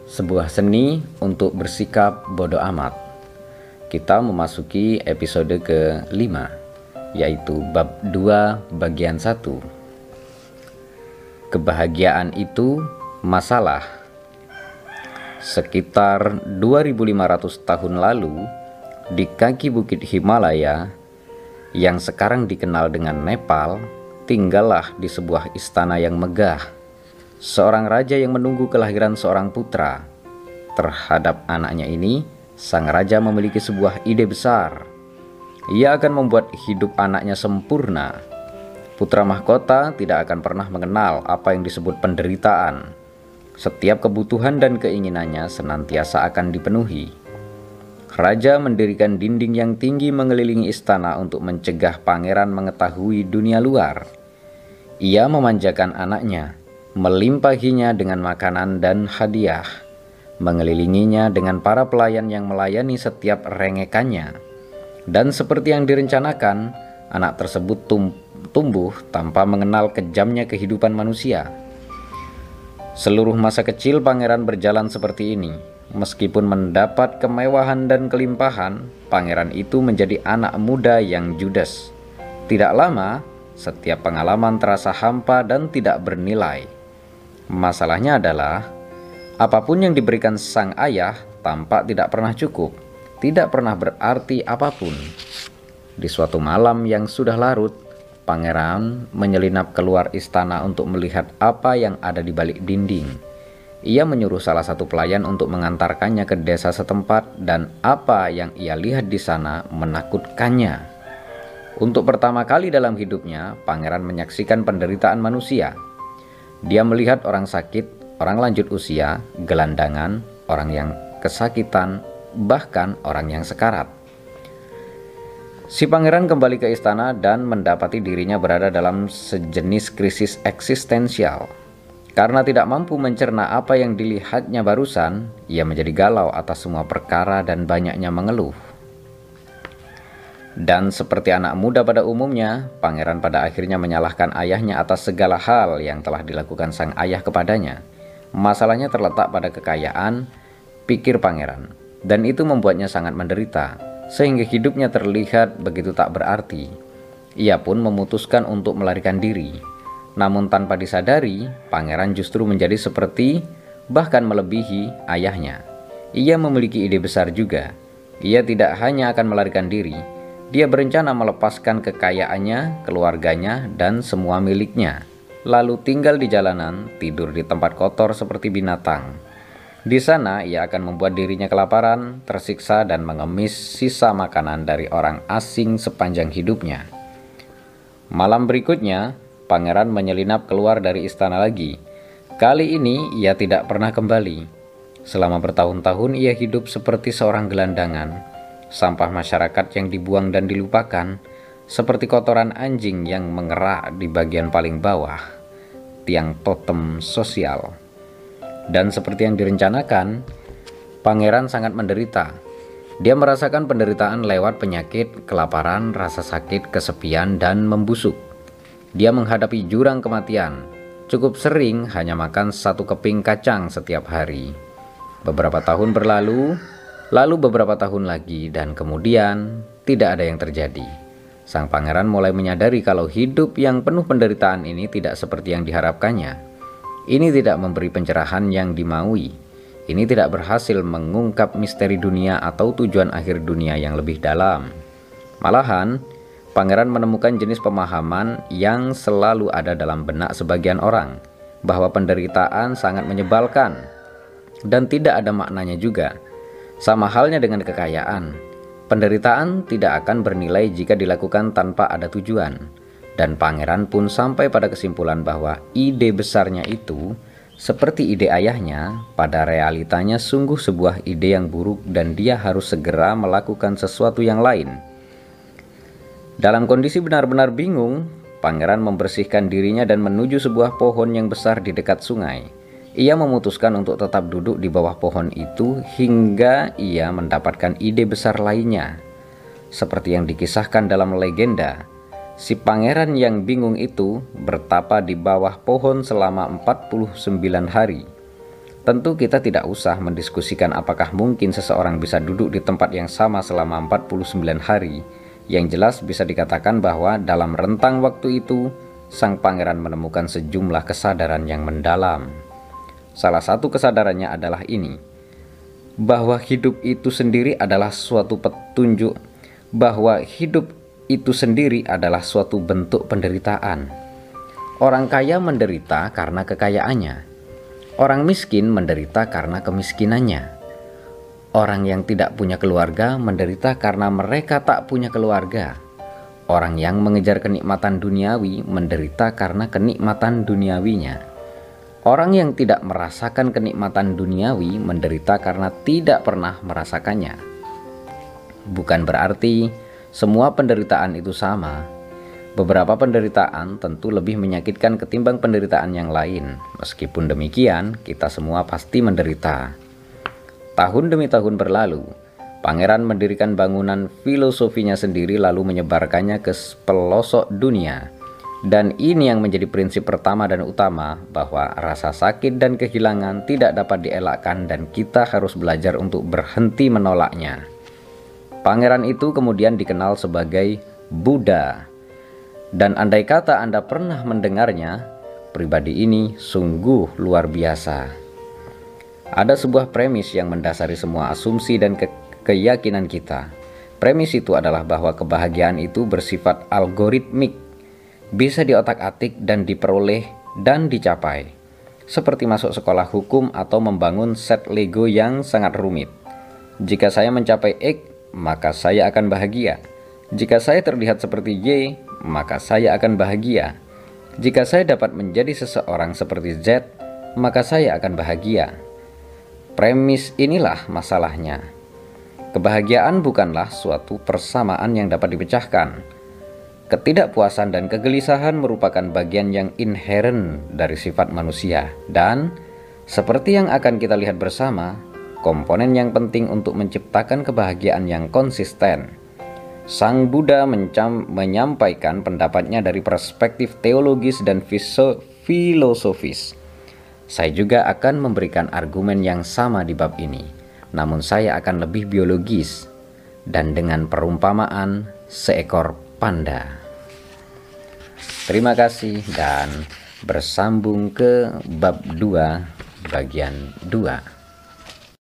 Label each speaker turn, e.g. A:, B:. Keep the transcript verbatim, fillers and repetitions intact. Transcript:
A: Sebuah seni untuk bersikap bodoh amat. Kita memasuki episode kelima, yaitu bab dua bagian satu. Kebahagiaan itu masalah. Sekitar dua ribu lima ratus tahun lalu, di kaki bukit Himalaya yang sekarang dikenal dengan Nepal, tinggallah di sebuah istana yang megah seorang raja yang menunggu kelahiran seorang putra. Terhadap anaknya ini, sang raja memiliki sebuah ide besar. Ia akan membuat hidup anaknya sempurna. Putra mahkota tidak akan pernah mengenal apa yang disebut penderitaan. Setiap kebutuhan dan keinginannya senantiasa akan dipenuhi. Raja mendirikan dinding yang tinggi mengelilingi istana untuk mencegah pangeran mengetahui dunia luar. Ia memanjakan anaknya, melimpahinya dengan makanan dan hadiah, mengelilinginya dengan para pelayan yang melayani setiap rengekannya. Dan seperti yang direncanakan, anak tersebut tum tumbuh tanpa mengenal kejamnya kehidupan manusia. Seluruh masa kecil pangeran berjalan seperti ini. Meskipun mendapat kemewahan dan kelimpahan, pangeran itu menjadi anak muda yang judes. Tidak lama, setiap pengalaman terasa hampa dan tidak bernilai. Masalahnya adalah, apapun yang diberikan sang ayah tampak tidak pernah cukup, tidak pernah berarti apapun. Di suatu malam yang sudah larut, pangeran menyelinap keluar istana untuk melihat apa yang ada di balik dinding. Ia menyuruh salah satu pelayan untuk mengantarkannya ke desa setempat, dan apa yang ia lihat di sana menakutkannya. Untuk pertama kali dalam hidupnya, pangeran menyaksikan penderitaan manusia. Dia melihat orang sakit, orang lanjut usia, gelandangan, orang yang kesakitan, bahkan orang yang sekarat. Si pangeran kembali ke istana dan mendapati dirinya berada dalam sejenis krisis eksistensial. Karena tidak mampu mencerna apa yang dilihatnya barusan, ia menjadi galau atas semua perkara dan banyaknya mengeluh. Dan seperti anak muda pada umumnya, pangeran pada akhirnya menyalahkan ayahnya atas segala hal yang telah dilakukan sang ayah kepadanya. Masalahnya terletak pada kekayaan, pikir pangeran, dan itu membuatnya sangat menderita, sehingga hidupnya terlihat begitu tak berarti. Ia pun memutuskan untuk melarikan diri. Namun tanpa disadari, pangeran justru menjadi seperti, bahkan melebihi ayahnya. Ia memiliki ide besar juga. Ia tidak hanya akan melarikan diri, dia berencana melepaskan kekayaannya, keluarganya, dan semua miliknya, lalu tinggal di jalanan, tidur di tempat kotor seperti binatang. Di sana ia akan membuat dirinya kelaparan, tersiksa, dan mengemis sisa makanan dari orang asing sepanjang hidupnya. Malam berikutnya, pangeran menyelinap keluar dari istana lagi. Kali ini ia tidak pernah kembali. Selama bertahun-tahun ia hidup seperti seorang gelandangan. Sampah masyarakat yang dibuang dan dilupakan, seperti kotoran anjing yang mengerak di bagian paling bawah, tiang totem sosial. Dan seperti yang direncanakan, pangeran sangat menderita. Dia merasakan penderitaan lewat penyakit, kelaparan, rasa sakit, kesepian, dan membusuk. Dia menghadapi jurang kematian, cukup sering hanya makan satu keping kacang setiap hari. Beberapa tahun berlalu, lalu beberapa tahun lagi, dan kemudian tidak ada yang terjadi. Sang pangeran mulai menyadari kalau hidup yang penuh penderitaan ini tidak seperti yang diharapkannya. Ini tidak memberi pencerahan yang dimaui. Ini tidak berhasil mengungkap misteri dunia atau tujuan akhir dunia yang lebih dalam. Malahan, pangeran menemukan jenis pemahaman yang selalu ada dalam benak sebagian orang, bahwa penderitaan sangat menyebalkan dan tidak ada maknanya juga. Sama halnya dengan kekayaan, penderitaan tidak akan bernilai jika dilakukan tanpa ada tujuan. Dan pangeran pun sampai pada kesimpulan bahwa ide besarnya itu, seperti ide ayahnya, pada realitanya sungguh sebuah ide yang buruk dan dia harus segera melakukan sesuatu yang lain. Dalam kondisi benar-benar bingung, pangeran membersihkan dirinya dan menuju sebuah pohon yang besar di dekat sungai. Ia memutuskan untuk tetap duduk di bawah pohon itu hingga ia mendapatkan ide besar lainnya. Seperti yang dikisahkan dalam legenda, si pangeran yang bingung itu bertapa di bawah pohon selama empat puluh sembilan hari. Tentu kita tidak usah mendiskusikan apakah mungkin seseorang bisa duduk di tempat yang sama selama empat puluh sembilan hari. Yang jelas bisa dikatakan bahwa dalam rentang waktu itu, sang pangeran menemukan sejumlah kesadaran yang mendalam. Salah satu kesadarannya adalah ini, bahwa hidup itu sendiri adalah suatu petunjuk, bahwa hidup itu sendiri adalah suatu bentuk penderitaan. Orang kaya menderita karena kekayaannya. Orang miskin menderita karena kemiskinannya. Orang yang tidak punya keluarga menderita karena mereka tak punya keluarga. Orang yang mengejar kenikmatan duniawi menderita karena kenikmatan duniawinya. Orang yang tidak merasakan kenikmatan duniawi menderita karena tidak pernah merasakannya. Bukan berarti semua penderitaan itu sama. Beberapa penderitaan tentu lebih menyakitkan ketimbang penderitaan yang lain. Meskipun demikian, kita semua pasti menderita. Tahun demi tahun berlalu, pangeran mendirikan bangunan filosofinya sendiri lalu menyebarkannya ke pelosok dunia. Dan ini yang menjadi prinsip pertama dan utama, bahwa rasa sakit dan kehilangan tidak dapat dielakkan dan kita harus belajar untuk berhenti menolaknya. Pangeran itu kemudian dikenal sebagai Buddha. Dan andai kata Anda pernah mendengarnya, pribadi ini sungguh luar biasa. Ada sebuah premis yang mendasari semua asumsi dan ke keyakinan kita. Premis itu adalah bahwa kebahagiaan itu bersifat algoritmik, bisa diotak-atik dan diperoleh dan dicapai. Seperti masuk sekolah hukum atau membangun set Lego yang sangat rumit. Jika saya mencapai X, maka saya akan bahagia. Jika saya terlihat seperti Y, maka saya akan bahagia. Jika saya dapat menjadi seseorang seperti Z, maka saya akan bahagia. Premis inilah masalahnya. Kebahagiaan bukanlah suatu persamaan yang dapat dipecahkan. Ketidakpuasan dan kegelisahan merupakan bagian yang inheren dari sifat manusia. Dan, seperti yang akan kita lihat bersama, komponen yang penting untuk menciptakan kebahagiaan yang konsisten. Sang Buddha menyampaikan pendapatnya dari perspektif teologis dan filosofis. Saya juga akan memberikan argumen yang sama di bab ini, namun saya akan lebih biologis dan dengan perumpamaan seekor panda. Terima kasih dan bersambung ke bab dua bagian dua.